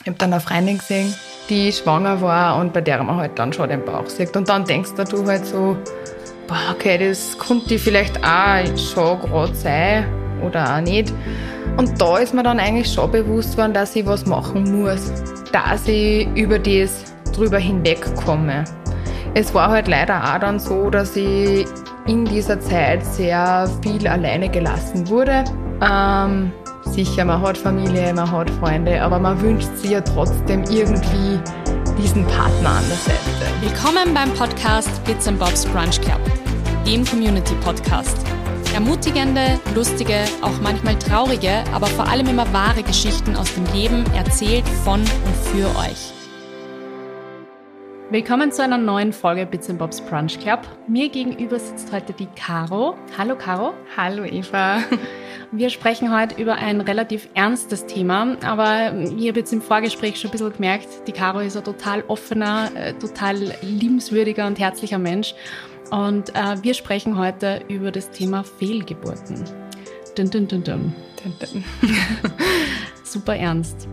Ich habe dann eine Freundin gesehen, die schwanger war und bei der man halt dann schon den Bauch sieht. Und dann denkst du halt so, boah, okay, das könnte die vielleicht auch schon gerade sein oder auch nicht. Und da ist mir dann eigentlich schon bewusst worden, dass ich was machen muss, dass ich über das drüber hinwegkomme. Es war halt leider auch dann so, dass ich in dieser Zeit sehr viel alleine gelassen wurde. Sicher, man hat Familie, man hat Freunde, aber man wünscht sich ja trotzdem irgendwie diesen Partner an der Seite. Willkommen beim Podcast Bits & Bobs Brunch Club, dem Community-Podcast. Ermutigende, lustige, auch manchmal traurige, aber vor allem immer wahre Geschichten aus dem Leben, erzählt von und für euch. Willkommen zu einer neuen Folge Bits & Bobs Brunch Club. Mir gegenüber sitzt heute die Caro. Hallo Caro. Hallo Eva. Wir sprechen heute über ein relativ ernstes Thema, aber ich habe jetzt im Vorgespräch schon ein bisschen gemerkt, die Caro ist ein total offener, total liebenswürdiger und herzlicher Mensch. Und wir sprechen heute über das Thema Fehlgeburten. Dun, dun, dun, dun. Dun, dun. Super ernst.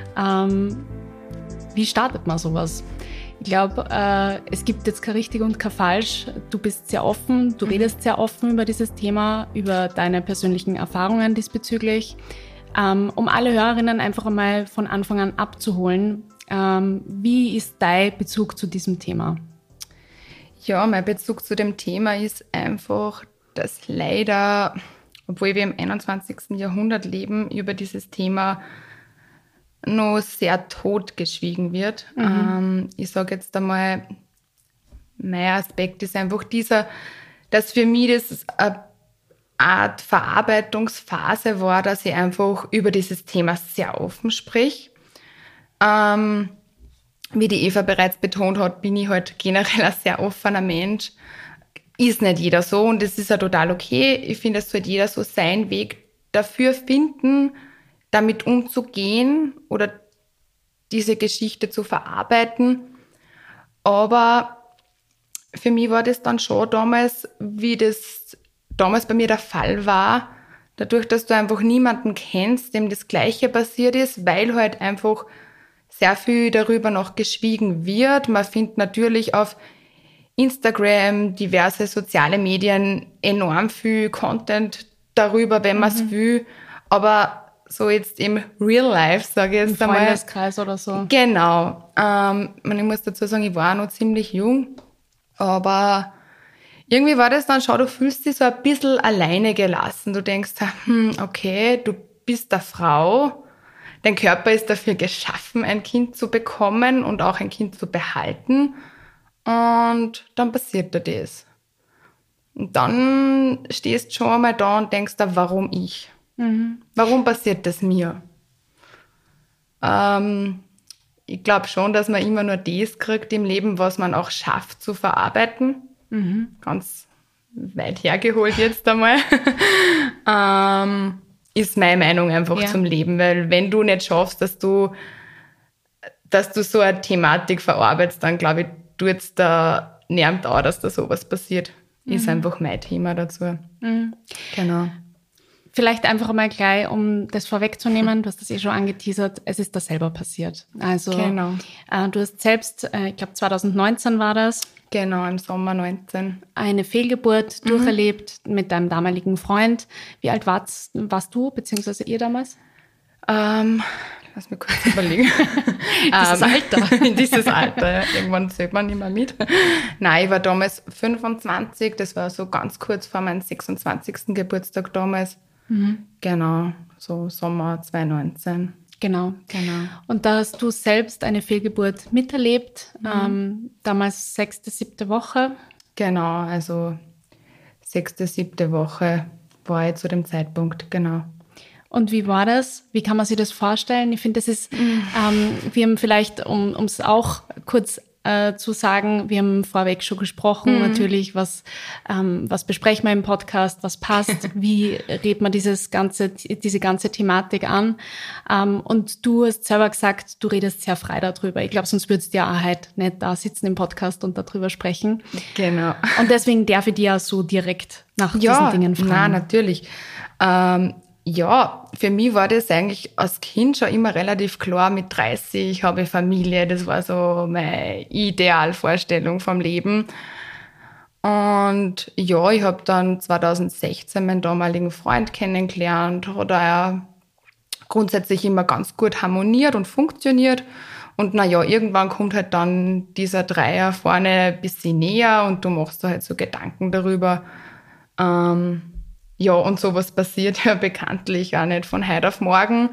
Wie startet man sowas? Ich glaube, es gibt jetzt kein richtig und kein falsch. Du bist sehr offen, du redest sehr offen über dieses Thema, über deine persönlichen Erfahrungen diesbezüglich. Um alle Hörerinnen einfach einmal von Anfang an abzuholen, wie ist dein Bezug zu diesem Thema? Ja, mein Bezug zu dem Thema ist einfach, dass leider, obwohl wir im 21. Jahrhundert leben, über dieses Thema noch sehr totgeschwiegen wird. Ich sage jetzt einmal, mein Aspekt ist einfach dieser, dass für mich das eine Art Verarbeitungsphase war, dass ich einfach über dieses Thema sehr offen sprich. Wie die Eva bereits betont hat, bin ich halt generell ein sehr offener Mensch. Ist nicht jeder so und das ist ja total okay. Ich finde, es sollte jeder so seinen Weg dafür finden, damit umzugehen oder diese Geschichte zu verarbeiten. Aber für mich war das dann schon damals, wie das damals bei mir der Fall war, dadurch, dass du einfach niemanden kennst, dem das Gleiche passiert ist, weil halt einfach sehr viel darüber noch geschwiegen wird. Man findet natürlich auf Instagram, diverse soziale Medien enorm viel Content darüber, wenn man es will. Aber so jetzt im Real Life, sage ich jetzt einmal. Im Freundeskreis oder so. Genau. Ich muss dazu sagen, ich war noch ziemlich jung, aber irgendwie war das dann schon, du fühlst dich so ein bisschen alleine gelassen. Du denkst, okay, du bist eine Frau, dein Körper ist dafür geschaffen, ein Kind zu bekommen und auch ein Kind zu behalten. Und dann passiert dir das. Und dann stehst du schon einmal da und denkst da, warum ich? Warum passiert das mir? Ich glaube schon, dass man immer nur das kriegt im Leben, was man auch schafft zu verarbeiten. Ganz weit hergeholt jetzt einmal. Ist meine Meinung einfach zum Leben. Weil wenn du nicht schaffst, dass du so eine Thematik verarbeitest, dann glaube ich, tut's da niemand auch, dass da sowas passiert. Ist einfach mein Thema dazu. Genau. Vielleicht einfach mal gleich, um das vorwegzunehmen, du hast das schon angeteasert, es ist da selber passiert. Also genau. Du hast selbst, ich glaube 2019 war das. Genau, im Sommer 19. Eine Fehlgeburt durcherlebt mit deinem damaligen Freund. Wie alt warst du, beziehungsweise ihr damals? Lass mich kurz überlegen. Dieses Alter. Irgendwann zählt man nicht mehr mit. Nein, ich war damals 25. Das war so ganz kurz vor meinem 26. Geburtstag damals. Genau, so Sommer 2019. Genau. Und da hast du selbst eine Fehlgeburt miterlebt. Damals 6., 7. Woche. Genau, also 6., 7. Woche war ich zu dem Zeitpunkt, genau. Und wie war das? Wie kann man sich das vorstellen? Ich finde, das ist, wir haben vielleicht, um es auch kurz zu sagen, wir haben vorweg schon gesprochen, natürlich, was besprechen wir im Podcast, was passt, wie redet man diese ganze Thematik an. Und du hast selber gesagt, du redest sehr frei darüber. Ich glaube, sonst würdest du ja auch halt nicht da sitzen im Podcast und darüber sprechen. Und deswegen darf ich dir auch so direkt nach diesen Dingen fragen. Ja, natürlich. Ja, für mich war das eigentlich als Kind schon immer relativ klar. Mit 30 habe ich Familie. Das war so meine Idealvorstellung vom Leben. Und ja, ich habe dann 2016 meinen damaligen Freund kennengelernt. Hat er grundsätzlich immer ganz gut harmoniert und funktioniert. Und naja, irgendwann kommt halt dann dieser Dreier vorne ein bisschen näher und du machst da halt so Gedanken darüber. Ja, und sowas passiert ja bekanntlich auch nicht von heute auf morgen.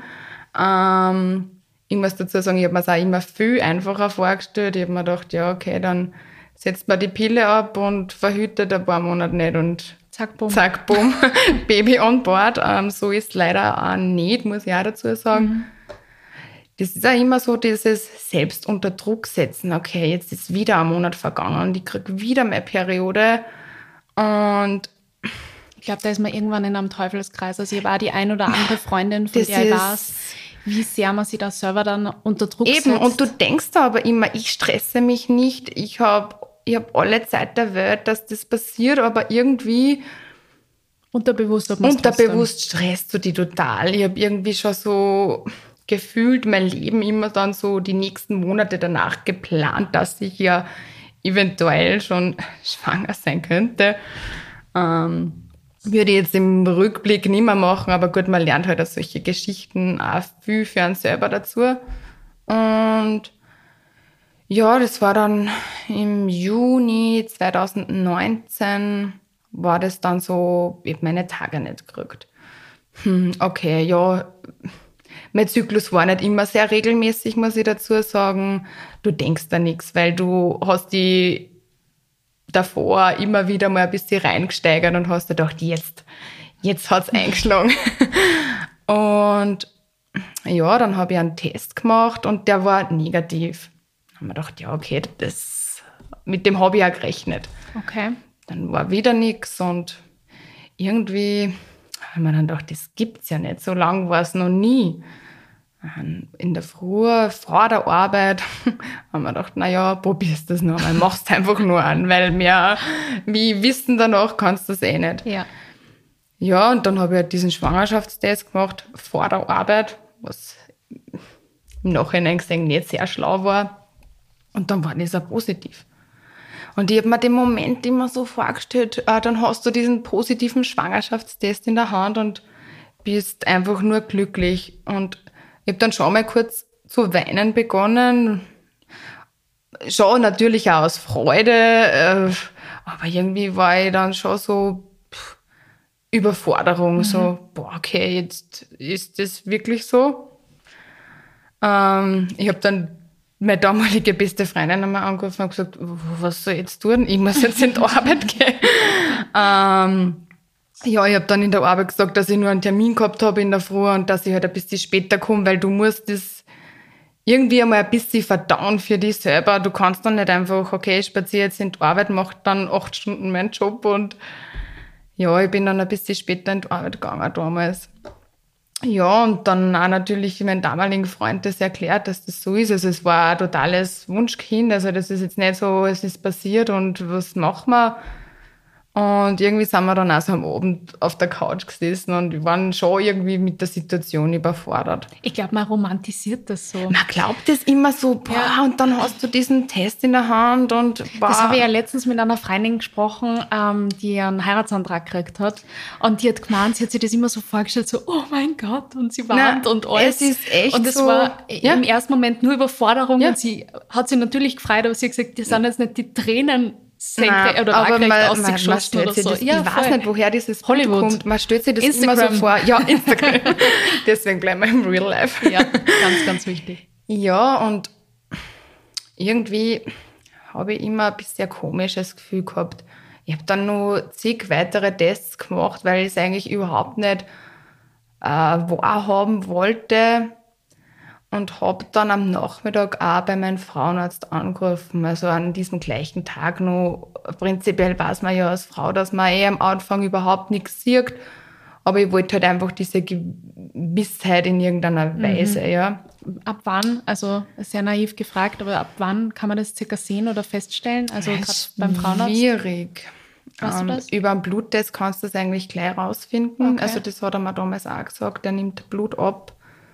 Ich muss dazu sagen, ich habe mir es auch immer viel einfacher vorgestellt. Ich habe mir gedacht, ja, okay, dann setzt man die Pille ab und verhütet ein paar Monate nicht und zack, bumm, Baby on board. So ist es leider auch nicht, muss ich auch dazu sagen. Das ist auch immer so dieses selbst unter Druck setzen. Okay, jetzt ist wieder ein Monat vergangen und ich kriege wieder meine Periode. Und ich glaube, da ist man irgendwann in einem Teufelskreis. Also ich war die ein oder andere Freundin, von der ich weiß, wie sehr man sich da selber dann unter Druck setzt. Eben, und du denkst da aber immer, ich stresse mich nicht, ich hab alle Zeit der Welt, dass das passiert, aber irgendwie unterbewusst stresst du dich total. Ich habe irgendwie schon so gefühlt mein Leben immer dann so die nächsten Monate danach geplant, dass ich ja eventuell schon schwanger sein könnte. Würde ich jetzt im Rückblick nicht mehr machen, aber gut, man lernt halt aus solche Geschichten auch viel für einen selber dazu. Und ja, das war dann im Juni 2019, war das dann so, ich habe meine Tage nicht gekriegt. Okay, ja, mein Zyklus war nicht immer sehr regelmäßig, muss ich dazu sagen. Du denkst da nichts, weil du hast die davor immer wieder mal ein bisschen reingesteigert und hast dir gedacht, jetzt hat es eingeschlagen. Und ja, dann habe ich einen Test gemacht und der war negativ. Dann habe ich gedacht, ja, okay, mit dem habe ich auch gerechnet. Okay. Dann war wieder nichts und irgendwie habe ich mir dann gedacht, das gibt's ja nicht. So lange war es noch nie. In der Früh, vor der Arbeit, haben wir gedacht, naja, probierst das noch mal, machst einfach nur an, weil mehr, wie wissen danach, kannst du das eh nicht. Ja. Ja, und dann habe ich halt diesen Schwangerschaftstest gemacht, vor der Arbeit, was im Nachhinein gesehen nicht sehr schlau war. Und dann war das auch positiv. Und ich habe mir den Moment immer so vorgestellt, dann hast du diesen positiven Schwangerschaftstest in der Hand und bist einfach nur glücklich. Und ich habe dann schon mal kurz zu weinen begonnen. Schon natürlich auch aus Freude, aber irgendwie war ich dann schon so Überforderung. So, boah, okay, jetzt ist das wirklich so. Ich habe dann meine damalige beste Freundin einmal angerufen und gesagt, was soll ich jetzt tun? Ich muss jetzt in die Arbeit gehen. Ja, ich habe dann in der Arbeit gesagt, dass ich nur einen Termin gehabt habe in der Früh und dass ich halt ein bisschen später komme, weil du musst das irgendwie einmal ein bisschen verdauen für dich selber. Du kannst dann nicht einfach, okay, ich spaziere jetzt in die Arbeit, mache dann 8 Stunden meinen Job und ja, ich bin dann ein bisschen später in die Arbeit gegangen damals. Ja, und dann auch natürlich meinem damaligen Freund das erklärt, dass das so ist. Also es war ein totales Wunschkind, also das ist jetzt nicht so, es ist passiert und was machen wir? Und irgendwie sind wir dann auch so am Abend auf der Couch gesessen und wir waren schon irgendwie mit der Situation überfordert. Ich glaube, man romantisiert das so. Man glaubt das immer so, boah, ja. Und dann hast du diesen Test in der Hand und boah. Das habe ich ja letztens mit einer Freundin gesprochen, die einen Heiratsantrag gekriegt hat. Und die hat gemeint, sie hat sich das immer so vorgestellt, so, oh mein Gott, und sie weint und alles. Es ist echt und es so, war ja. Im ersten Moment nur Überforderung ja. Und sie hat sich natürlich gefreut, aber sie hat gesagt, das sind jetzt nicht die Tränen, Nein, oder aber man stellt sich das, ich weiß nicht, woher dieses Hollywood Bild kommt. Man stellt sich das Instagram. immer so vor. Ja, Instagram. Deswegen bleiben wir im Real Life. Ja, ganz, ganz wichtig. Ja, und irgendwie habe ich immer ein bisschen ein komisches Gefühl gehabt. Ich habe dann noch zig weitere Tests gemacht, weil ich es eigentlich überhaupt nicht wahrhaben wollte. Und habe dann am Nachmittag auch bei meinem Frauenarzt angerufen, also an diesem gleichen Tag noch. Prinzipiell weiß man ja als Frau, dass man am Anfang überhaupt nichts sieht, aber ich wollte halt einfach diese Gewissheit in irgendeiner Weise, ja. Ab wann, also sehr naiv gefragt, aber ab wann kann man das circa sehen oder feststellen, also gerade beim Frauenarzt? Schwierig. Weißt du das? Über einen Bluttest kannst du das eigentlich gleich rausfinden. Okay. Also das hat er mir damals auch gesagt, der nimmt Blut ab,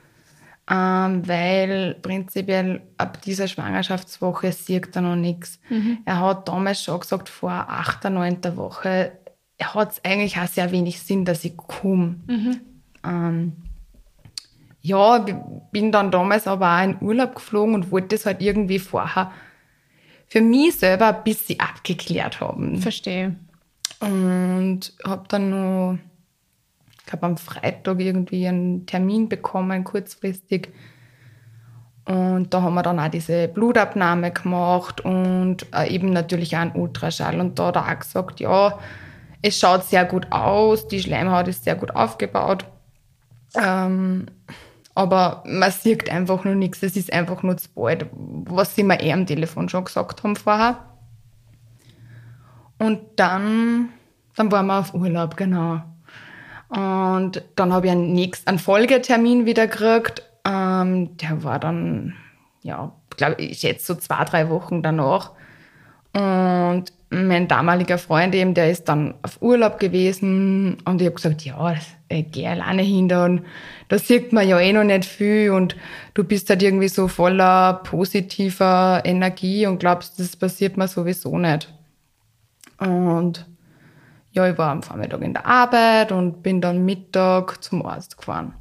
weil prinzipiell ab dieser Schwangerschaftswoche sieht er noch nichts. Er hat damals schon gesagt, vor 8., 9. Woche, hat es eigentlich auch sehr wenig Sinn, dass ich komme. Ja, ich bin dann damals aber auch in Urlaub geflogen und wollte das halt irgendwie vorher für mich selber ein bisschen abgeklärt haben. Verstehe. Und habe dann noch, ich glaube am Freitag irgendwie einen Termin bekommen, kurzfristig. Und da haben wir dann auch diese Blutabnahme gemacht und eben natürlich auch einen Ultraschall. Und da hat er auch gesagt, ja, es schaut sehr gut aus, die Schleimhaut ist sehr gut aufgebaut. Aber man sieht einfach noch nichts, es ist einfach nur zu bald, was sie mir am Telefon schon gesagt haben vorher. Und dann waren wir auf Urlaub, genau. Und dann habe ich einen Folgetermin wieder gekriegt. Der war dann, ja, glaube ich, schätze so 2, 3 Wochen danach. Und mein damaliger Freund eben, der ist dann auf Urlaub gewesen. Und ich habe gesagt, ja, geh alleine hin, da sieht man ja eh noch nicht viel. Und du bist halt irgendwie so voller positiver Energie und glaubst, das passiert mir sowieso nicht. Und ja, ich war am Vormittag in der Arbeit und bin dann Mittag zum Arzt gefahren.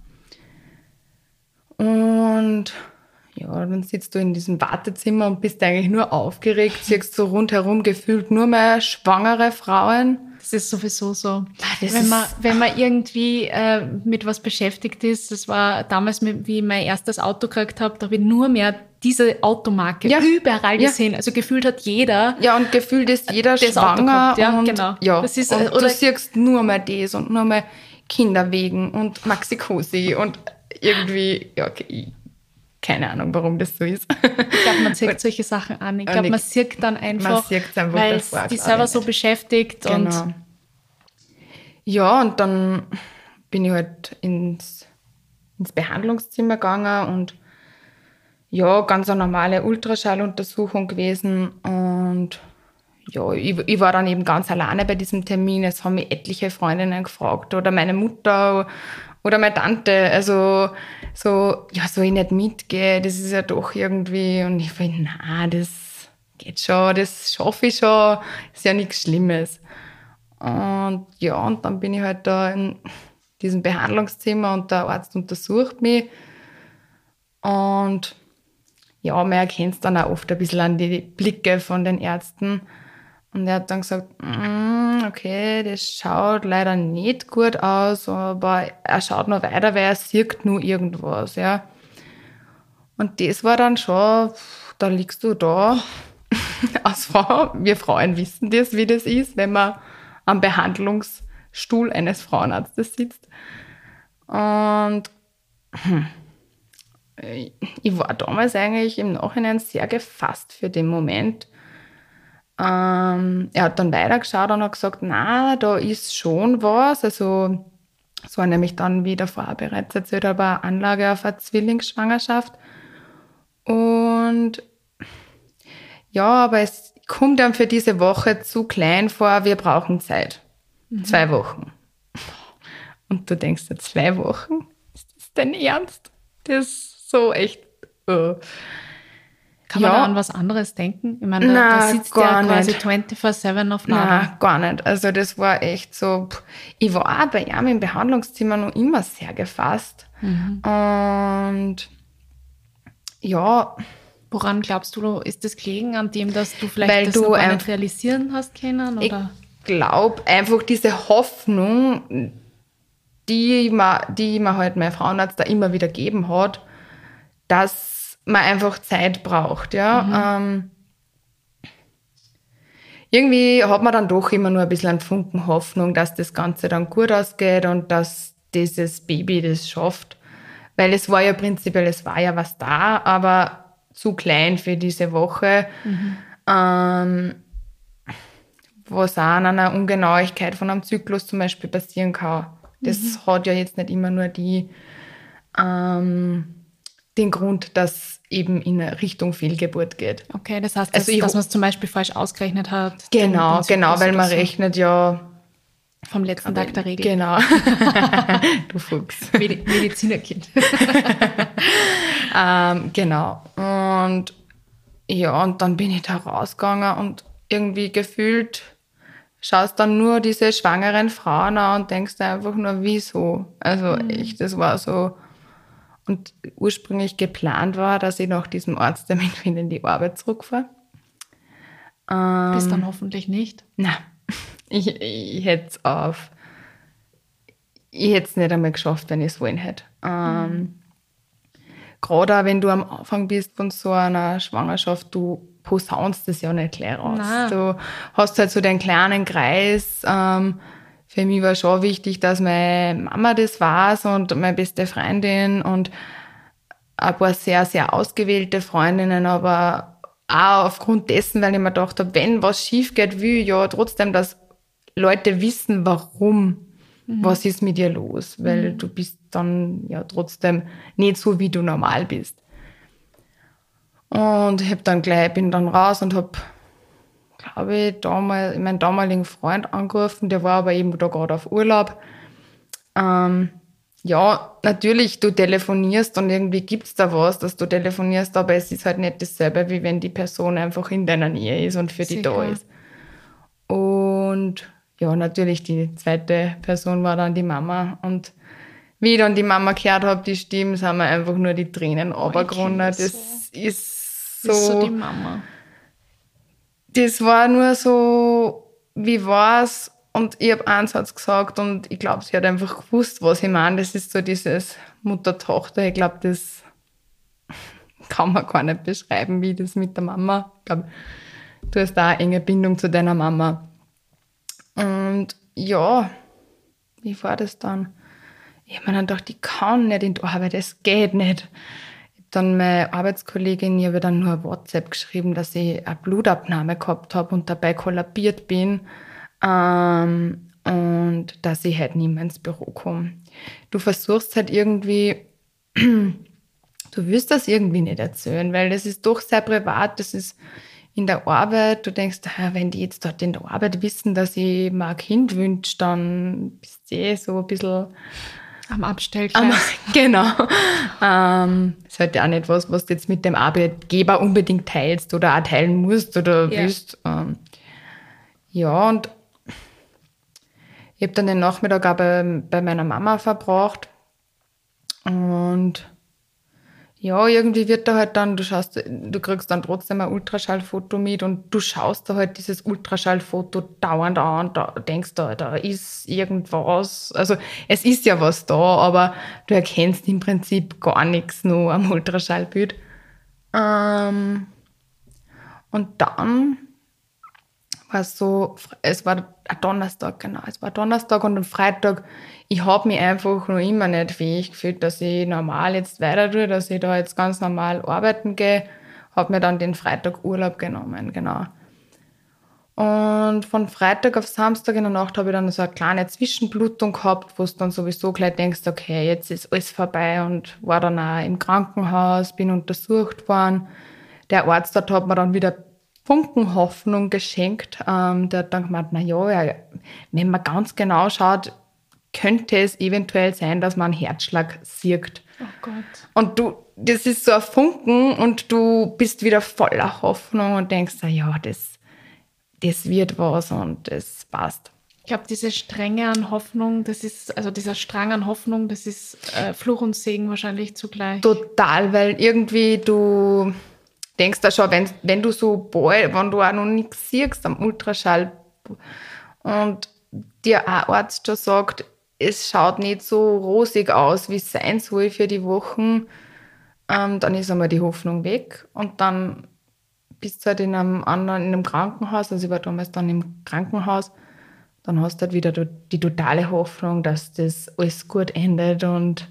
Und ja, dann sitzt du in diesem Wartezimmer und bist eigentlich nur aufgeregt, siehst so rundherum gefühlt nur mehr schwangere Frauen. Das ist sowieso so. Wenn man irgendwie mit was beschäftigt ist, das war damals, wie ich mein erstes Auto gekriegt habe, da habe ich nur mehr diese Automarke überall gesehen. Also gefühlt hat jeder. Ja, und gefühlt ist jeder schwanger. Ja, und, genau. Ja, das ist, und du siehst nur mehr das und nur mehr Kinderwegen und Maxi-Cosi und irgendwie, ja, okay, keine Ahnung, warum das so ist. Ich glaube, man sieht solche Sachen an. Ich glaube, man sieht dann einfach, weil es die selber so beschäftigt. Genau. Und ja, und dann bin ich halt ins Behandlungszimmer gegangen und ja, ganz eine normale Ultraschalluntersuchung gewesen. Und ja, ich war dann eben ganz alleine bei diesem Termin. Es haben mich etliche Freundinnen gefragt oder meine Mutter oder meine Tante. Also so, ja, soll ich nicht mitgehen? Das ist ja doch irgendwie. Und ich finde, nein, das geht schon, das schaffe ich schon. Ist ja nichts Schlimmes. Und ja, und dann bin ich halt da in diesem Behandlungszimmer und der Arzt untersucht mich. Und ja, man erkennt es dann auch oft ein bisschen an die Blicke von den Ärzten. Und er hat dann gesagt, okay, das schaut leider nicht gut aus, aber er schaut noch weiter, weil er sieht nur irgendwas, ja. Und das war dann schon, da liegst du da als Frau. Wir Frauen wissen das, wie das ist, wenn man am Behandlungsstuhl eines Frauenarztes sitzt. Und ich war damals eigentlich im Nachhinein sehr gefasst für den Moment. Er hat dann weitergeschaut und hat gesagt, na, da ist schon was. Also, es war nämlich dann, wie davor bereits erzählt, aber eine Anlage auf eine Zwillingsschwangerschaft. Und ja, aber es kommt dann für diese Woche zu klein vor, wir brauchen Zeit. 2 Wochen. Und du denkst dir, 2 Wochen? Ist das denn ernst? Das ist so echt. Kann man da an was anderes denken? Ich meine, da sitzt ja quasi 24/7 auf Lager. Nein, gar nicht. Also das war echt so. Ich war auch bei ihm im Behandlungszimmer noch immer sehr gefasst. Und ja. Woran glaubst du, ist das gelegen? An dem, dass du vielleicht das noch gar nicht realisieren hast können? Oder? Ich glaube, einfach diese Hoffnung, die mir halt mein Frauenarzt da immer wieder gegeben hat, dass man einfach Zeit braucht, ja. Irgendwie hat man dann doch immer nur ein bisschen einen Funken Hoffnung, dass das Ganze dann gut ausgeht und dass dieses Baby das schafft. Weil es war ja prinzipiell, es war ja was da, aber zu klein für diese Woche. Was auch an einer Ungenauigkeit von einem Zyklus zum Beispiel passieren kann. Das hat ja jetzt nicht immer nur den Grund, dass eben in Richtung Fehlgeburt geht. Okay, das heißt, Also dass man es zum Beispiel falsch ausgerechnet hat. Genau, weil man rechnet ja vom letzten Tag der Regel. Genau. Du Fuchs. Medizinerkind. Genau. Und ja, und dann bin ich da rausgegangen und irgendwie gefühlt schaust dann nur diese schwangeren Frauen an und denkst dir einfach nur, wieso? Also echt, das war so. Und ursprünglich geplant war, dass ich nach diesem Arzttermin wieder in die Arbeit zurückfahre. Bis dann hoffentlich nicht. Nein, ich hätte es nicht einmal geschafft, wenn ich es wollen hätte. Gerade auch wenn du am Anfang bist von so einer Schwangerschaft, du posaunst das ja nicht gleich raus. Nein. Du hast halt so den kleinen Kreis. Für mich war schon wichtig, dass meine Mama das weiß und meine beste Freundin und ein paar sehr, sehr ausgewählte Freundinnen, aber auch aufgrund dessen, weil ich mir gedacht habe, wenn was schief geht, will ich ja trotzdem, dass Leute wissen, warum, was ist mit dir los, weil du bist dann ja trotzdem nicht so, wie du normal bist. Und ich bin dann raus und habe, glaube ich, damals meinen damaligen Freund angerufen, der war aber eben da gerade auf Urlaub. Ja, natürlich, du telefonierst und irgendwie gibt's da was, dass du telefonierst, aber es ist halt nicht dasselbe, wie wenn die Person einfach in deiner Nähe ist und für dich da ist. Und ja, natürlich, die zweite Person war dann die Mama. Und wie ich dann die Mama gehört habe, die Stimme, sind mir einfach nur die Tränen runtergerunnen. Das ist so. Das ist so die Mama. Das war nur so, wie war's? Und ich habe einen Satz gesagt und ich glaube, sie hat einfach gewusst, was ich meine. Das ist so dieses Mutter-Tochter. Ich glaube, das kann man gar nicht beschreiben, wie das mit der Mama. Ich glaube, du hast da eine enge Bindung zu deiner Mama. Und ja, wie war das dann? Ich habe mir dann gedacht, ich kann nicht in die Arbeit, es geht nicht. Ich habe dann meine Arbeitskollegin, ich habe dann nur ein WhatsApp geschrieben, dass ich eine Blutabnahme gehabt habe und dabei kollabiert bin. Und dass ich halt nicht mehr ins Büro komme. Du versuchst halt irgendwie, du willst das irgendwie nicht erzählen, weil das ist doch sehr privat, das ist in der Arbeit. Du denkst, wenn die jetzt dort in der Arbeit wissen, dass ich mir ein Kind wünsche, dann bist du eh so ein bisschen am Abstellgleis. Genau. Ist halt ja auch nicht was du jetzt mit dem Arbeitgeber unbedingt teilst oder auch teilen musst oder willst. Ja, und ich habe dann den Nachmittag auch bei meiner Mama verbracht. Und ja, irgendwie wird da halt dann, du kriegst dann trotzdem ein Ultraschallfoto mit und du schaust da halt dieses Ultraschallfoto dauernd an und da denkst da ist irgendwas. Also es ist ja was da, aber du erkennst im Prinzip gar nichts noch am Ultraschallbild. Und dann war so, es war ein Donnerstag, genau. Es war Donnerstag und am Freitag, ich habe mich einfach noch immer nicht fähig gefühlt, dass ich normal jetzt weiter tue, dass ich da jetzt ganz normal arbeiten gehe. Habe mir dann den Freitag Urlaub genommen, genau. Und von Freitag auf Samstag in der Nacht habe ich dann so eine kleine Zwischenblutung gehabt, wo du dann sowieso gleich denkst, okay, jetzt ist alles vorbei, und war dann auch im Krankenhaus, bin untersucht worden. Der Arzt dort hat mir dann wieder Funken Hoffnung geschenkt. Der hat dann gemeint, wenn man ganz genau schaut, könnte es eventuell sein, dass man einen Herzschlag sieht. Oh Gott. Und das ist so ein Funken und du bist wieder voller Hoffnung und denkst, das wird was und das passt. Ich glaube, diese Strenge an Hoffnung, dieser Strang an Hoffnung, das ist Fluch und Segen wahrscheinlich zugleich. Total, weil irgendwie du denkst da schon, wenn du wenn du auch noch nichts siehst am Ultraschall und dir ein Arzt schon sagt, es schaut nicht so rosig aus, wie es sein soll für die Wochen, dann ist einmal die Hoffnung weg und dann bist du halt in einem Krankenhaus, also ich war damals dann im Krankenhaus, dann hast du halt wieder die totale Hoffnung, dass das alles gut endet und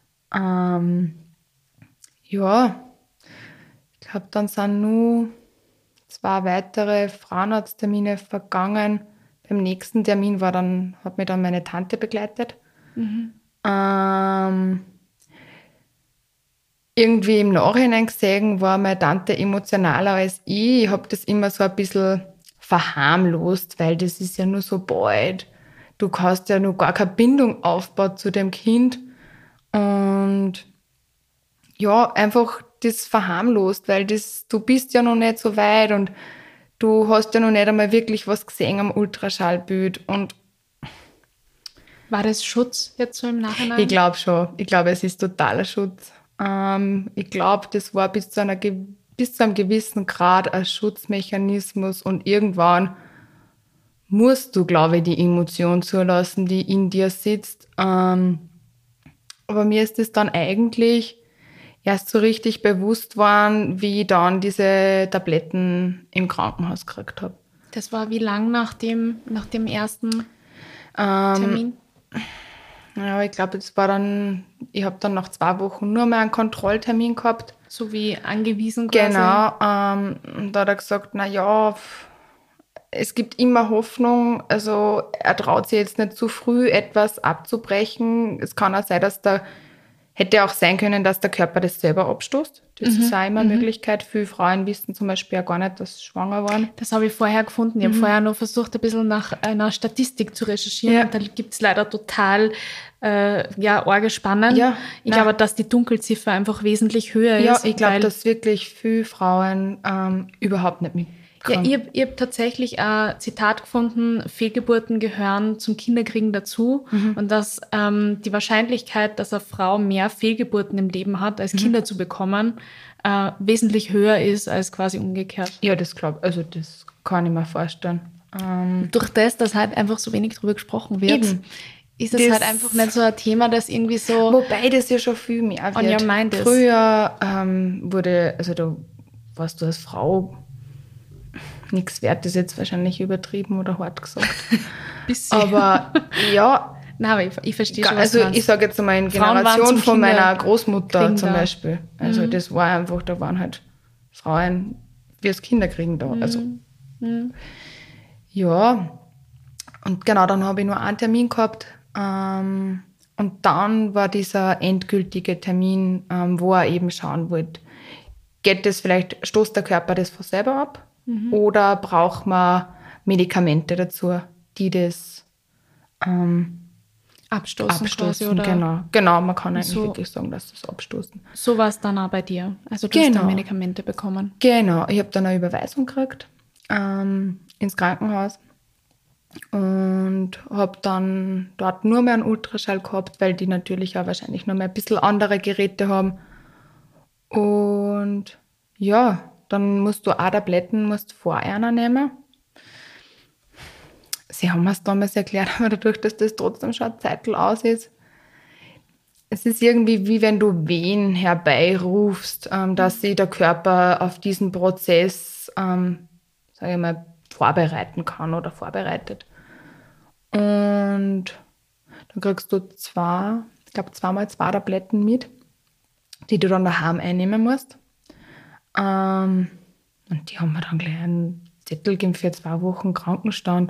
ich glaube, dann sind nur 2 weitere Frauenarzttermine vergangen. Beim nächsten Termin hat mich dann meine Tante begleitet. irgendwie im Nachhinein gesehen war meine Tante emotionaler als ich. Ich habe das immer so ein bisschen verharmlost, weil das ist ja nur so bald. Du hast ja noch gar keine Bindung aufbauen zu dem Kind. Und ja, einfach das verharmlost, weil du bist ja noch nicht so weit und du hast ja noch nicht einmal wirklich was gesehen am Ultraschallbild. Und War das Schutz jetzt so im Nachhinein? ich glaube schon. Ich glaube, es ist totaler Schutz. Ich glaube, das war bis zu einem gewissen Grad ein Schutzmechanismus und irgendwann musst du, glaube ich, die Emotion zulassen, die in dir sitzt. Aber mir ist es dann eigentlich erst so richtig bewusst worden, wie ich dann diese Tabletten im Krankenhaus gekriegt habe. Das war wie lang nach dem ersten Termin? Ja, ich glaube, ich habe dann nach 2 Wochen nur mehr einen Kontrolltermin gehabt. So wie angewiesen quasi? Genau, und da hat er gesagt, es gibt immer Hoffnung, also er traut sich jetzt nicht zu früh etwas abzubrechen. Es kann auch sein, hätte auch sein können, dass der Körper das selber abstoßt. Das ist auch immer eine Möglichkeit. Viele Frauen wissen zum Beispiel ja gar nicht, dass sie schwanger waren. Das habe ich vorher gefunden. Ich habe vorher nur versucht, ein bisschen nach einer Statistik zu recherchieren. Ja. Und da gibt es leider total arge Spannen. Ja, ich glaube, dass die Dunkelziffer einfach wesentlich höher Ja, ist. ich glaube, dass wirklich viele Frauen überhaupt nicht mitkriegen. Ja, ich hab tatsächlich ein Zitat gefunden, Fehlgeburten gehören zum Kinderkriegen dazu und dass die Wahrscheinlichkeit, dass eine Frau mehr Fehlgeburten im Leben hat, als Kinder zu bekommen, wesentlich höher ist als quasi umgekehrt. Ja, das glaube ich. Also das kann ich mir vorstellen. Durch das, dass halt einfach so wenig drüber gesprochen wird, Eben. ist es halt einfach nicht so ein Thema, das irgendwie so... Wobei das ja schon viel mehr wird. Und ja, meint es. Früher da warst du als Frau nichts wert, ist jetzt wahrscheinlich übertrieben oder hart gesagt. Bisschen. Aber ja, Nein, aber ich verstehe schon, was also du meinst. ich sage jetzt mal in Frauen waren Generation zum von meiner Kinderkriegen Großmutter zum da. Beispiel. Also das war einfach, da waren halt Frauen fürs Kinderkriegen da. Also ja, und genau, dann habe ich nur einen Termin gehabt. Und dann war dieser endgültige Termin, wo er eben schauen wollte, stoßt der Körper das von selber ab oder braucht man Medikamente dazu, die das Abstoßen quasi, oder? Genau, man kann eigentlich So. wirklich sagen, dass das abstoßen. So war es dann auch bei dir. Also du hast Genau. dann Medikamente bekommen. Genau, ich habe dann eine Überweisung gekriegt ins Krankenhaus und habe dann dort nur mehr einen Ultraschall gehabt, weil die natürlich auch wahrscheinlich noch mehr ein bisschen andere Geräte haben. Und ja, dann musst du auch Tabletten vor einer nehmen. Sie haben es damals erklärt, aber dadurch, dass das trotzdem schon ein Zeitl aus ist, es ist irgendwie wie wenn du Wehen herbeirufst, dass sich der Körper auf diesen Prozess, sage ich mal, vorbereiten kann oder vorbereitet. Und dann kriegst du zweimal 2 Tabletten mit, die du dann daheim einnehmen musst. Und die haben mir dann gleich einen Zettel gegeben für 2 Wochen Krankenstand.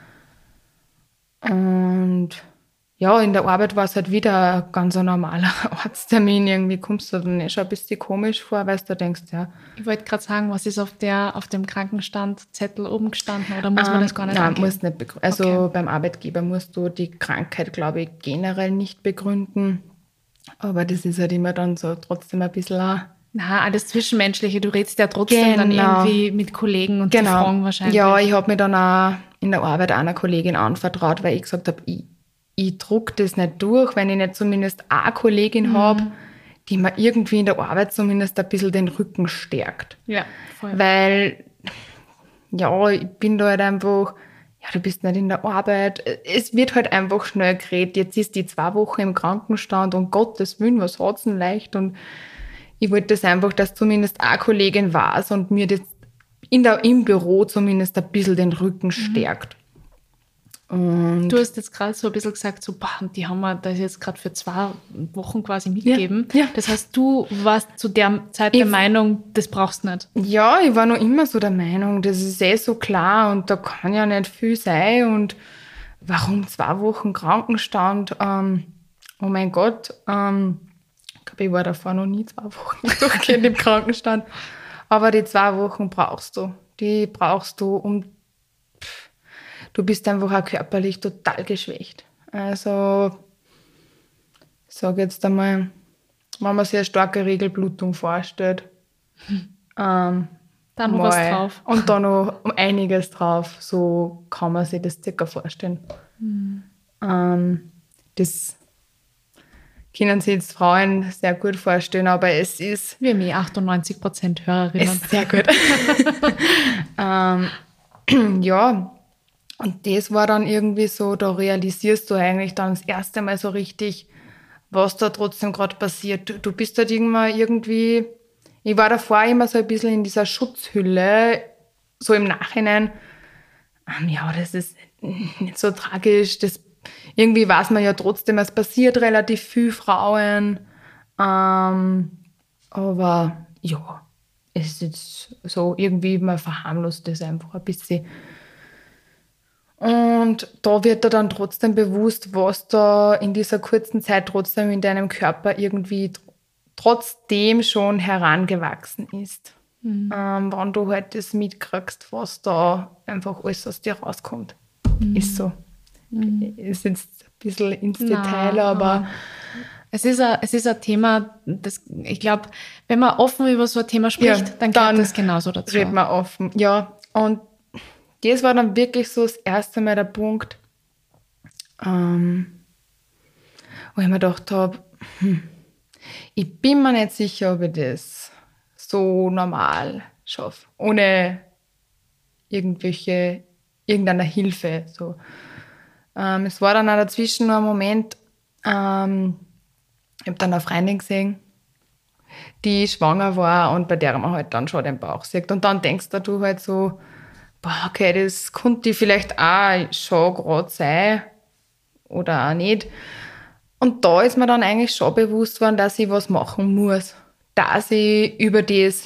Und ja, in der Arbeit war es halt wieder ein ganz normaler Arzttermin. Irgendwie kommst du dann schon ein bisschen komisch vor, weil du denkst, ja. Ich wollte gerade sagen, was ist auf dem Krankenstandzettel oben gestanden, oder muss man das gar nicht Nein, angeben? musst nicht begründen. Also beim Arbeitgeber musst du die Krankheit, glaube ich, generell nicht begründen. Aber das ist halt immer dann so trotzdem ein bisschen auch. Na, alles Zwischenmenschliche. Du redest ja trotzdem dann irgendwie mit Kollegen und die fragen wahrscheinlich. Ja, ich habe mich dann auch in der Arbeit einer Kollegin anvertraut, weil ich gesagt habe, ich druck das nicht durch, wenn ich nicht zumindest eine Kollegin habe, die mir irgendwie in der Arbeit zumindest ein bisschen den Rücken stärkt. Ja, voll. Weil, ja, ich bin da halt einfach, ja, du bist nicht in der Arbeit. Es wird halt einfach schnell geredet. Jetzt ist die 2 Wochen im Krankenstand und Gottes Willen, was hat's denn leicht? Und ich wollte das einfach, dass zumindest eine Kollegin weiß und mir das im Büro zumindest ein bisschen den Rücken stärkt. Und Du hast jetzt gerade so ein bisschen gesagt, so, die haben wir das jetzt gerade für 2 Wochen quasi mitgegeben. Ja. Das heißt, du warst zu der Zeit der Meinung, das brauchst du nicht. ja, ich war noch immer so der Meinung, das ist so klar und da kann ja nicht viel sein und warum 2 Wochen Krankenstand? Oh mein Gott, glaube, ich war davor noch nie 2 Wochen durchgehend im Krankenstand. Aber die 2 Wochen brauchst du. Die brauchst du, du bist einfach auch körperlich total geschwächt. Also, ich sage jetzt einmal, wenn man sich eine starke Regelblutung vorstellt, da noch was drauf. Und da noch einiges drauf. So kann man sich das circa vorstellen. Das können sich jetzt Frauen sehr gut vorstellen, aber es ist... Wir haben 98% Hörerinnen. Ist sehr gut. Ja, und das war dann irgendwie so, da realisierst du eigentlich dann das erste Mal so richtig, was da trotzdem gerade passiert. Du bist halt irgendwie... Ich war davor immer so ein bisschen in dieser Schutzhülle, so im Nachhinein, ja, das ist nicht so tragisch, irgendwie weiß man ja trotzdem, es passiert relativ viel Frauen, aber ja, es ist jetzt so irgendwie, man verharmlost das einfach ein bisschen. Und da wird dir dann trotzdem bewusst, was da in dieser kurzen Zeit trotzdem in deinem Körper irgendwie trotzdem schon herangewachsen ist. Wenn du halt das mitkriegst, was da einfach alles aus dir rauskommt. Ist so. Ist jetzt ein bisschen ins Detail, aber... Es ist ein Thema, das, ich glaube, wenn man offen über so ein Thema spricht, dann gehört das genauso dazu. Redet man offen, ja. Und das war dann wirklich so das erste Mal der Punkt, wo ich mir gedacht habe, ich bin mir nicht sicher, ob ich das so normal schaffe, ohne irgendeiner Hilfe. So. Es war dann auch dazwischen noch ein Moment, ich habe dann eine Freundin gesehen, die schwanger war und bei der man halt dann schon den Bauch sieht. Und dann denkst du halt so, boah, okay, das könnte die vielleicht auch schon gerade sein oder auch nicht. Und da ist mir dann eigentlich schon bewusst worden, dass ich was machen muss, dass ich über das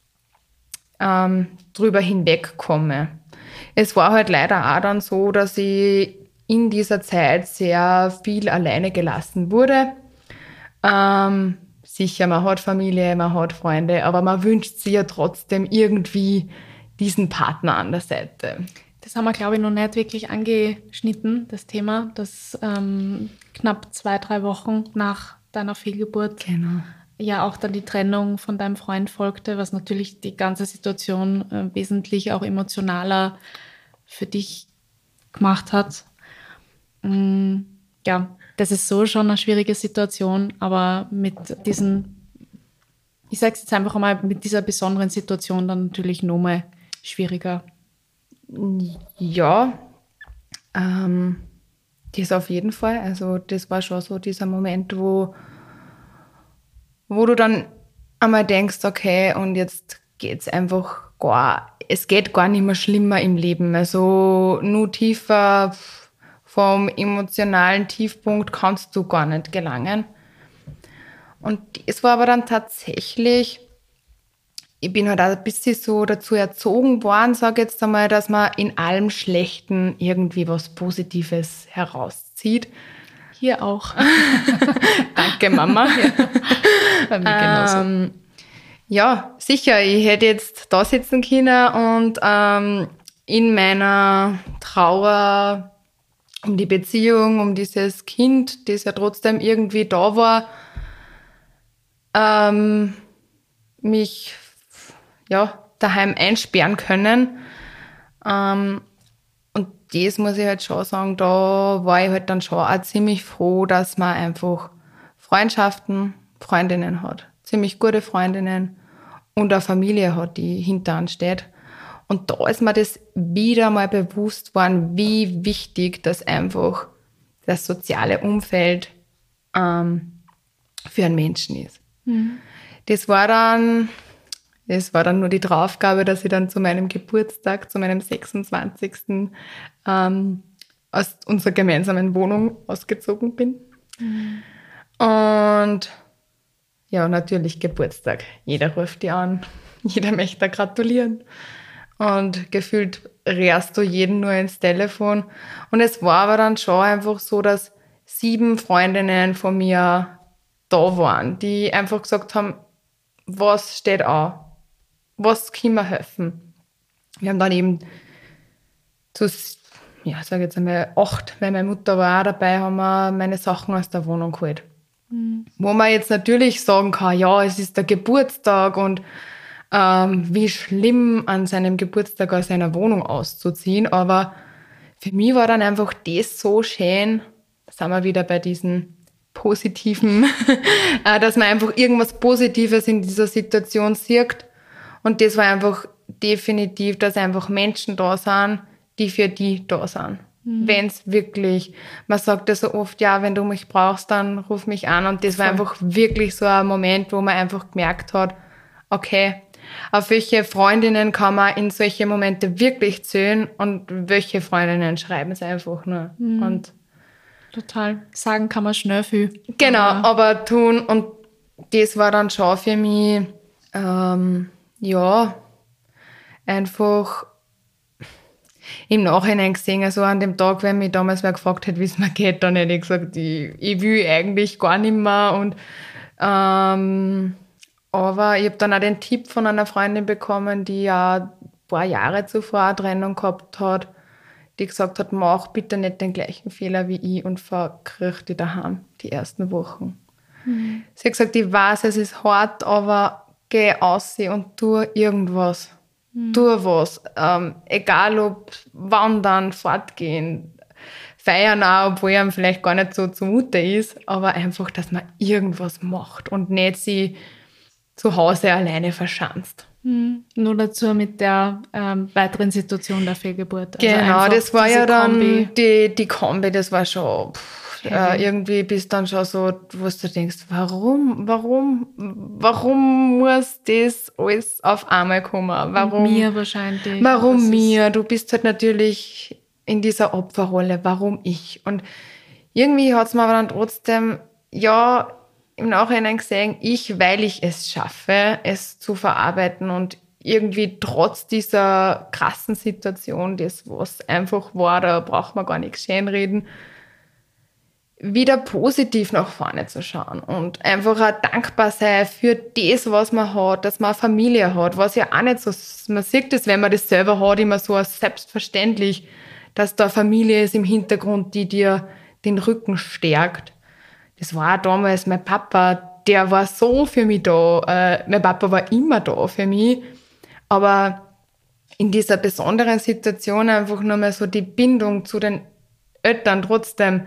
drüber hinwegkomme. Es war halt leider auch dann so, dass ich in dieser Zeit sehr viel alleine gelassen wurde. Sicher, man hat Familie, man hat Freunde, aber man wünscht sich ja trotzdem irgendwie diesen Partner an der Seite. Das haben wir, glaube ich, noch nicht wirklich angeschnitten, das Thema, das knapp 2-3 Wochen nach deiner Fehlgeburt ja auch dann die Trennung von deinem Freund folgte, was natürlich die ganze Situation wesentlich auch emotionaler für dich gemacht hat. Ja, das ist so schon eine schwierige Situation, aber mit diesen, ich sage es jetzt einfach einmal, mit dieser besonderen Situation dann natürlich noch mal schwieriger. Ja, das auf jeden Fall. Also das war schon so dieser Moment, wo du dann einmal denkst, okay, und jetzt geht's einfach es geht gar nicht mehr schlimmer im Leben. Also nur tiefer vom emotionalen Tiefpunkt kannst du gar nicht gelangen. Und es war aber dann tatsächlich, ich bin halt auch ein bisschen so dazu erzogen worden, sage jetzt einmal, dass man in allem Schlechten irgendwie was Positives herauszieht. Hier auch. Danke, Mama. Bei mir genauso. Ja, sicher, ich hätte jetzt da sitzen können und in meiner Trauer um die Beziehung, um dieses Kind, das ja trotzdem irgendwie da war, mich daheim einsperren können. Und das muss ich halt schon sagen, da war ich halt dann schon auch ziemlich froh, dass man einfach Freundinnen hat. Ziemlich gute Freundinnen und eine Familie hat, die hinter uns steht. Und da ist mir das wieder mal bewusst worden, wie wichtig das einfach das soziale Umfeld für einen Menschen ist. Das war dann nur die Draufgabe, dass ich dann zu meinem Geburtstag, zu meinem 26. Aus unserer gemeinsamen Wohnung ausgezogen bin. Und ja, natürlich Geburtstag. Jeder ruft dich an, jeder möchte dir gratulieren. Und gefühlt rührst du jeden nur ins Telefon. Und es war aber dann schon einfach so, dass 7 Freundinnen von mir da waren, die einfach gesagt haben, was steht an, was kann mir helfen. Wir haben dann eben sage jetzt einmal 8, weil meine Mutter war auch dabei, haben wir meine Sachen aus der Wohnung geholt. Wo man jetzt natürlich sagen kann, ja, es ist der Geburtstag und wie schlimm an seinem Geburtstag aus seiner Wohnung auszuziehen, aber für mich war dann einfach das so schön, da sind wir wieder bei diesen Positiven, dass man einfach irgendwas Positives in dieser Situation sieht. Und das war einfach definitiv, dass einfach Menschen da sind, die für die da sind. Wenn es wirklich, man sagt ja so oft, ja, wenn du mich brauchst, dann ruf mich an. Und das war einfach wirklich so ein Moment, wo man einfach gemerkt hat, okay, auf welche Freundinnen kann man in solche Momente wirklich zählen und welche Freundinnen schreiben es einfach nur. Und total. Sagen kann man schnell viel. genau, aber tun, und das war dann schon für mich, einfach im Nachhinein gesehen, also an dem Tag, wenn mich damals wer gefragt hätte, wie es mir geht, dann hätte ich gesagt, ich will eigentlich gar nicht mehr. Und, aber ich habe dann auch den Tipp von einer Freundin bekommen, die ja ein paar Jahre zuvor eine Trennung gehabt hat, die gesagt hat, mach bitte nicht den gleichen Fehler wie ich und verkriecht dich daheim die ersten Wochen. Sie hat gesagt, ich weiß, es ist hart, aber geh raus und tu irgendwas. Tu was. Egal ob wandern, fortgehen, feiern auch, obwohl einem vielleicht gar nicht so zumute ist, aber einfach, dass man irgendwas macht und nicht sie zu Hause alleine verschanzt. Nur dazu mit der weiteren Situation der Fehlgeburt. Also genau, das war ja dann Kombi. die Kombi, das war schon irgendwie bist dann schon so, wo du denkst, warum muss das alles auf einmal kommen? Warum mir wahrscheinlich. Warum mir? Du bist halt natürlich in dieser Opferrolle, warum ich? Und irgendwie hat es mir aber dann trotzdem, ja, im Nachhinein gesehen, weil ich es schaffe, es zu verarbeiten und irgendwie trotz dieser krassen Situation, das was einfach war, da braucht man gar nichts schönreden, wieder positiv nach vorne zu schauen und einfach auch dankbar sein für das, was man hat, dass man eine Familie hat, was ja auch nicht so, man sieht das, wenn man das selber hat, immer so als selbstverständlich, dass da eine Familie ist im Hintergrund, die dir den Rücken stärkt. Das war auch damals mein Papa, der war so für mich da. Mein Papa war immer da für mich, aber in dieser besonderen Situation einfach nur mal so die Bindung zu den Eltern trotzdem.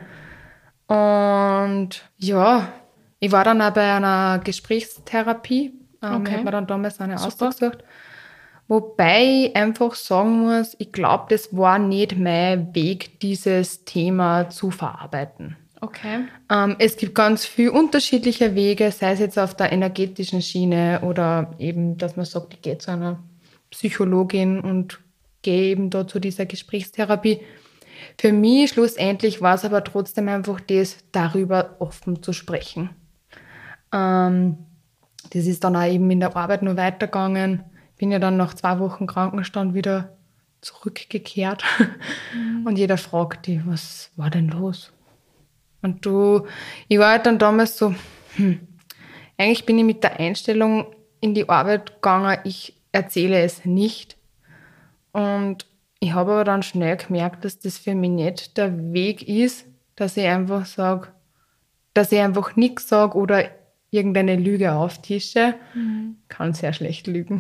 Und ja, ich war dann auch bei einer Gesprächstherapie. Ich habe mir dann damals eine ausgesucht. Wobei ich einfach sagen muss, ich glaube, das war nicht mein Weg, dieses Thema zu verarbeiten. Okay. Es gibt ganz viele unterschiedliche Wege, sei es jetzt auf der energetischen Schiene oder eben, dass man sagt, ich gehe zu einer Psychologin und gehe eben da zu dieser Gesprächstherapie. Für mich schlussendlich war es aber trotzdem einfach das, darüber offen zu sprechen. Das ist dann auch eben in der Arbeit nur weitergegangen. Bin ja dann nach 2 Wochen Krankenstand wieder zurückgekehrt. Und jeder fragt dich, was war denn los? Und ich war halt dann damals so, eigentlich bin ich mit der Einstellung in die Arbeit gegangen, ich erzähle es nicht. Und ich habe aber dann schnell gemerkt, dass das für mich nicht der Weg ist, dass ich einfach sage, dass ich einfach nichts sage oder irgendeine Lüge auftische. Kann sehr schlecht lügen.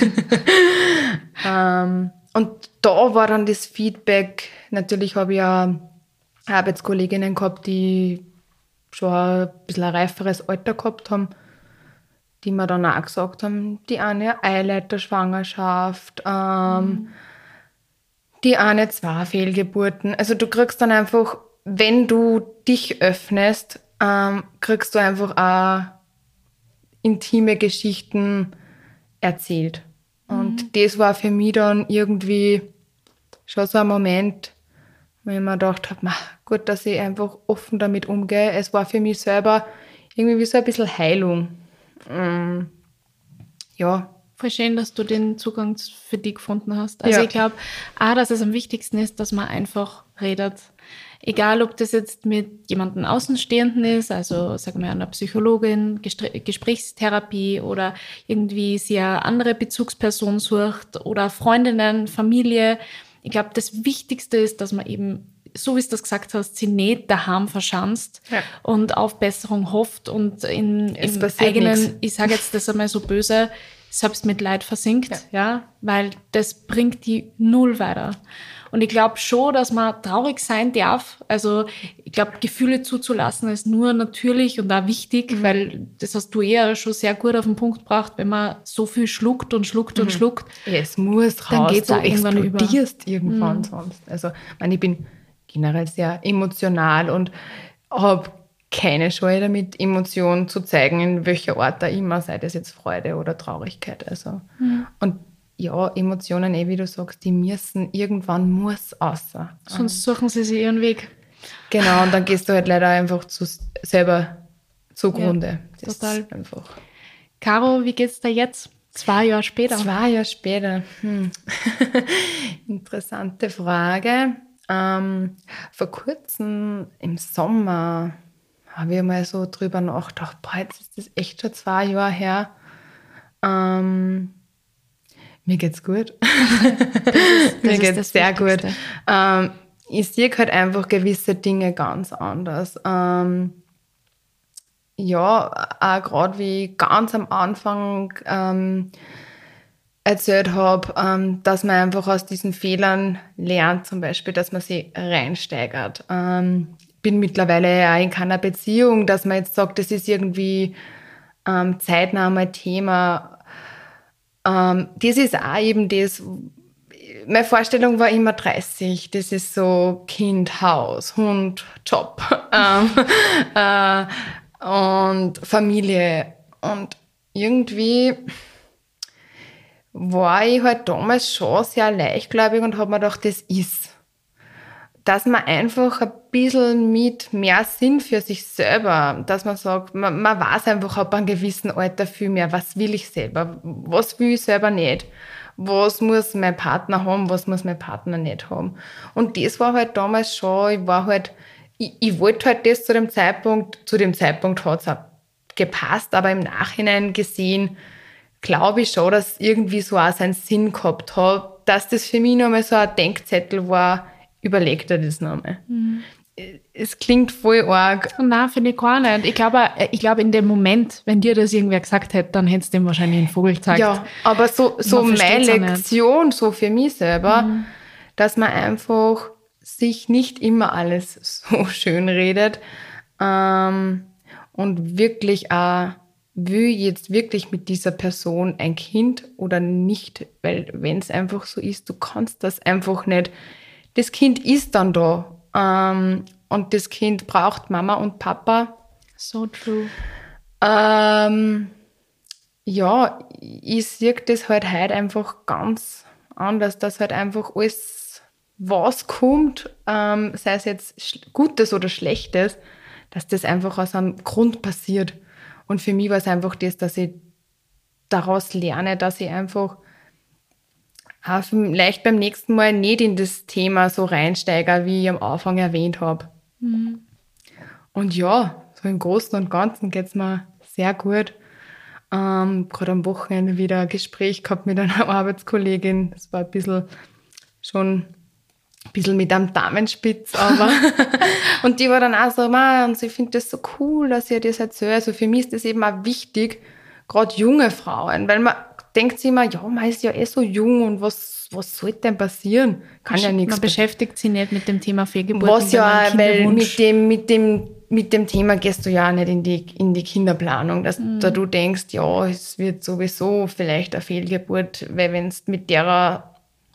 Und da war dann das Feedback, natürlich habe ich ja Arbeitskolleginnen gehabt, die schon ein bisschen ein reiferes Alter gehabt haben, die mir dann auch gesagt haben, die eine Eileiterschwangerschaft, die eine 2 Fehlgeburten. Also du kriegst dann einfach, wenn du dich öffnest, kriegst du einfach auch intime Geschichten erzählt. Und das war für mich dann irgendwie schon so ein Moment, wo ich mir gedacht habe, gut, dass ich einfach offen damit umgehe. Es war für mich selber irgendwie wie so ein bisschen Heilung. Ja. Voll schön, dass du den Zugang für dich gefunden hast. Also ich glaube auch, dass es am wichtigsten ist, dass man einfach redet. Egal, ob das jetzt mit jemandem Außenstehenden ist, also sagen wir einer Psychologin, Gesprächstherapie oder irgendwie sie eine andere Bezugsperson sucht oder Freundinnen, Familie. Ich glaube, das Wichtigste ist, dass man eben, so wie du das gesagt hast, sie nicht daheim verschanzt und auf Besserung hofft und im eigenen, nichts. Ich sage jetzt das einmal so böse, Selbstmitleid versinkt, weil das bringt die null weiter. Und ich glaube schon, dass man traurig sein darf. Also ich glaube, Gefühle zuzulassen ist nur natürlich und auch wichtig, weil das hast du eher schon sehr gut auf den Punkt gebracht, wenn man so viel schluckt und schluckt und schluckt. Ja, es muss raus, dann geht's du auch irgendwann explodierst irgendwann sonst. Also ich bin generell sehr emotional und habe keine Scheu damit, Emotionen zu zeigen, in welcher Art da immer, sei das jetzt Freude oder Traurigkeit. Also. Und ja, Emotionen, wie du sagst, die müssen, irgendwann muss außer. Sonst suchen sie sich ihren Weg. Genau, und dann gehst du halt leider einfach selber zugrunde. Ja, total. Ist einfach. Caro, wie geht's dir jetzt? 2 Jahre später. 2 Jahre später. Interessante Frage. Vor kurzem im Sommer habe ich mal so drüber nachgedacht, jetzt ist das echt schon 2 Jahre her. Mir geht's gut. Mir geht's sehr gut. Ich sehe halt einfach gewisse Dinge ganz anders. Auch gerade wie ich ganz am Anfang erzählt habe, dass man einfach aus diesen Fehlern lernt, zum Beispiel, dass man sie reinsteigert. Bin mittlerweile ja in keiner Beziehung, dass man jetzt sagt, das ist irgendwie zeitnah mal Thema. Das ist auch eben das, meine Vorstellung war immer 30, das ist so Kind, Haus, Hund, Job und Familie. Und irgendwie war ich halt damals schon sehr leichtgläubig und habe mir gedacht, das ist. Dass man einfach ein bisschen mit mehr Sinn für sich selber, dass man sagt, man weiß einfach ab einem gewissen Alter viel mehr, was will ich selber, was will ich selber nicht, was muss mein Partner haben, was muss mein Partner nicht haben. Und das war halt damals schon, ich wollte halt das zu dem Zeitpunkt hat es auch gepasst, aber im Nachhinein gesehen, glaube ich schon, dass irgendwie so auch seinen Sinn gehabt hat, dass das für mich nochmal so ein Denkzettel war, überleg dir das nochmal. Es klingt voll arg. Nein, finde ich gar nicht. Ich glaube, in dem Moment, wenn dir das irgendwer gesagt hätte, dann hättest du dem wahrscheinlich einen Vogel gezeigt. Ja, aber so meine Lektion, so für mich selber, dass man einfach sich nicht immer alles so schön redet und wirklich auch, will ich jetzt wirklich mit dieser Person ein Kind oder nicht? Weil wenn es einfach so ist, du kannst das einfach nicht. Das Kind ist dann da und das Kind braucht Mama und Papa. So true. Ich sehe das halt heute einfach ganz anders, dass halt einfach alles, was kommt, sei es jetzt Gutes oder Schlechtes, dass das einfach aus einem Grund passiert. Und für mich war es einfach das, dass ich daraus lerne, dass ich einfach vielleicht beim nächsten Mal nicht in das Thema so reinsteige, wie ich am Anfang erwähnt habe. Und ja, so im Großen und Ganzen geht es mir sehr gut. Gerade am Wochenende wieder ein Gespräch gehabt mit einer Arbeitskollegin. Das war schon ein bisschen mit einem Damenspitz, aber und die war dann auch so, und sie findet das so cool, dass ihr das erzählt. Also für mich ist das eben auch wichtig, gerade junge Frauen, weil man denkt sich immer, ja, man ist ja so jung und was soll denn passieren? Kann ja nichts. Man beschäftigt sich nicht mit dem Thema Fehlgeburt. Was ja, weil mit dem Thema gehst du ja auch nicht in die Kinderplanung, dass da du denkst, ja, es wird sowieso vielleicht eine Fehlgeburt, weil wenn es mit derer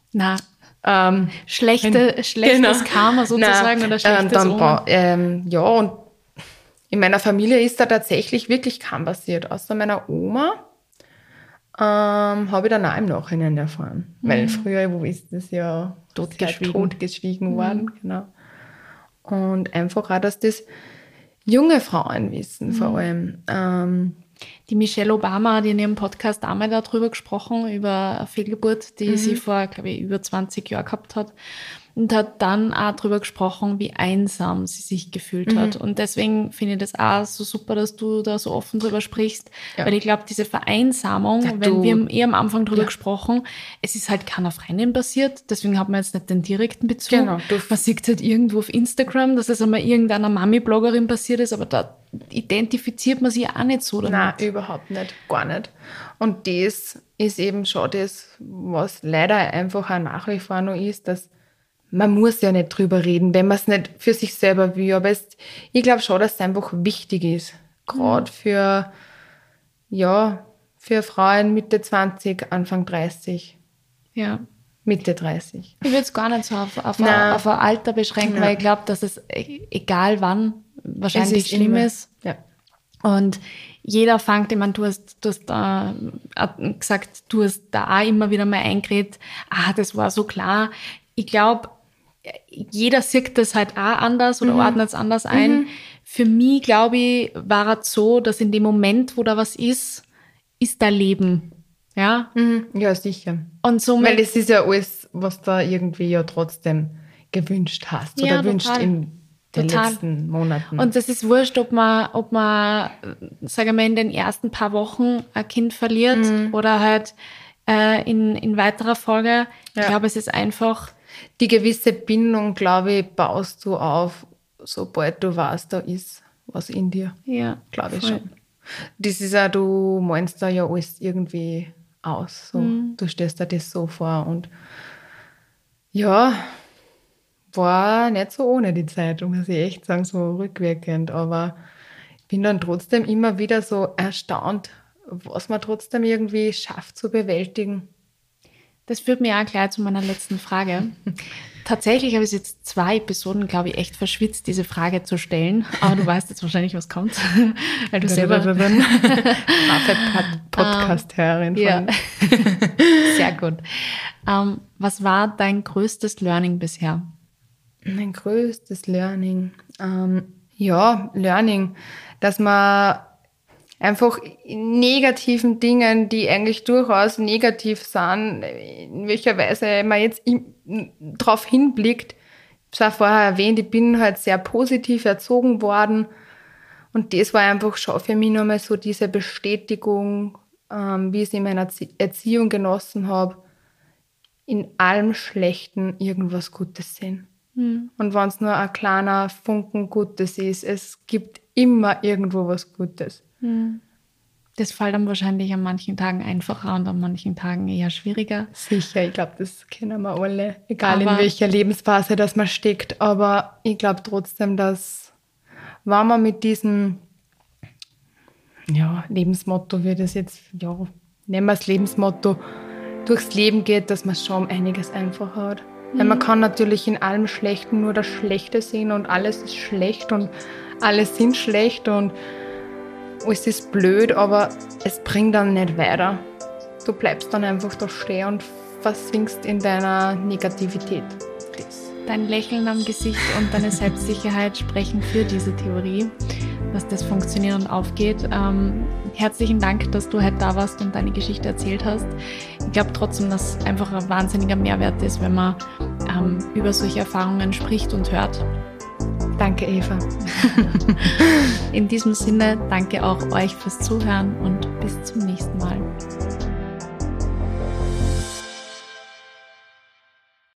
schlechtes Karma sozusagen oder schlechtes Omen. Und in meiner Familie ist da tatsächlich wirklich kaum passiert. Außer meiner Oma habe ich dann auch im Nachhinein erfahren. Weil früher, wo ist das ja totgeschwiegen worden. Genau. Und einfach auch, dass das junge Frauen wissen vor allem. Die Michelle Obama hat in ihrem Podcast einmal darüber gesprochen, über eine Fehlgeburt, die sie vor, glaube ich, über 20 Jahren gehabt hat. Und hat dann auch darüber gesprochen, wie einsam sie sich gefühlt hat. Und deswegen finde ich das auch so super, dass du da so offen drüber sprichst. Ja. Weil ich glaube, diese Vereinsamung, wir haben am Anfang drüber gesprochen, es ist halt keiner Freundin passiert, deswegen hat man jetzt nicht den direkten Bezug. Genau. Man sieht halt irgendwo auf Instagram, dass es einmal irgendeiner Mami-Bloggerin passiert ist, aber da identifiziert man sich auch nicht so damit. Nein, überhaupt nicht, gar nicht. Und das ist eben schon das, was leider einfach auch nach wie vor noch ist, dass man muss ja nicht drüber reden, wenn man es nicht für sich selber will. Aber ich glaube schon, dass es einfach wichtig ist. Gerade für Frauen Mitte 20, Anfang 30. Ja. Mitte 30. Ich würde es gar nicht so auf ein Alter beschränken, weil ich glaube, dass es egal wann wahrscheinlich schlimm ist. Ja. Und jeder fängt, ich meine, du hast gesagt, du hast da auch immer wieder mal eingeredet, das war so klar. Ich glaube, jeder sieht das halt auch anders oder ordnet es anders ein. Für mich, glaube ich, war es so, dass in dem Moment, wo da was ist da Leben. Ja? Ja, sicher. Und somit, weil es ist ja alles, was da irgendwie ja trotzdem gewünscht hast oder wünscht in den letzten Monaten. Und das ist wurscht, ob man, sagen wir, in den ersten paar Wochen ein Kind verliert oder halt in weiterer Folge. Ich glaube, es ist einfach... Die gewisse Bindung, glaube ich, baust du auf, sobald du weißt, da ist was in dir. Ja, glaube ich schon. Das ist auch, du meinst da ja alles irgendwie aus. So. Du stellst dir das so vor. Und ja, war nicht so ohne die Zeit, muss ich echt sagen, so rückwirkend. Aber ich bin dann trotzdem immer wieder so erstaunt, was man trotzdem irgendwie schafft zu bewältigen. Das führt mir auch gleich zu meiner letzten Frage. Tatsächlich habe ich jetzt 2 Episoden, glaube ich, echt verschwitzt, diese Frage zu stellen. Aber du weißt jetzt wahrscheinlich, was kommt. Weil du selber... Podcast-Hörerin von... Ja. Sehr gut. Was war dein größtes Learning bisher? Mein größtes Learning? Learning, dass man einfach in negativen Dingen, die eigentlich durchaus negativ sind, in welcher Weise man jetzt drauf hinblickt. Ich habe vorher erwähnt, ich bin halt sehr positiv erzogen worden und das war einfach schon für mich nochmal so diese Bestätigung, wie ich es in meiner Erziehung genossen habe, in allem Schlechten irgendwas Gutes sehen. Und wenn es nur ein kleiner Funken Gutes ist, es gibt immer irgendwo was Gutes. Das fällt dann wahrscheinlich an manchen Tagen einfacher und an manchen Tagen eher schwieriger. Sicher, ich glaube, das kennen wir alle, egal in welcher Lebensphase das man steckt. Aber ich glaube trotzdem, dass, wenn man mit diesem Lebensmotto, wie das jetzt, nennen wir es Lebensmotto, durchs Leben geht, dass man schon einiges einfacher hat. Weil man kann natürlich in allem Schlechten nur das Schlechte sehen und alles ist schlecht und alle sind schlecht und es ist blöd, aber es bringt dann nicht weiter. Du bleibst dann einfach da stehen und versinkst in deiner Negativität. Dein Lächeln am Gesicht und deine Selbstsicherheit sprechen für diese Theorie, dass das funktioniert und aufgeht. Herzlichen Dank, dass du heute da warst und deine Geschichte erzählt hast. Ich glaube trotzdem, dass es einfach ein wahnsinniger Mehrwert ist, wenn man über solche Erfahrungen spricht und hört. Danke, Eva. In diesem Sinne, danke auch euch fürs Zuhören und bis zum nächsten Mal.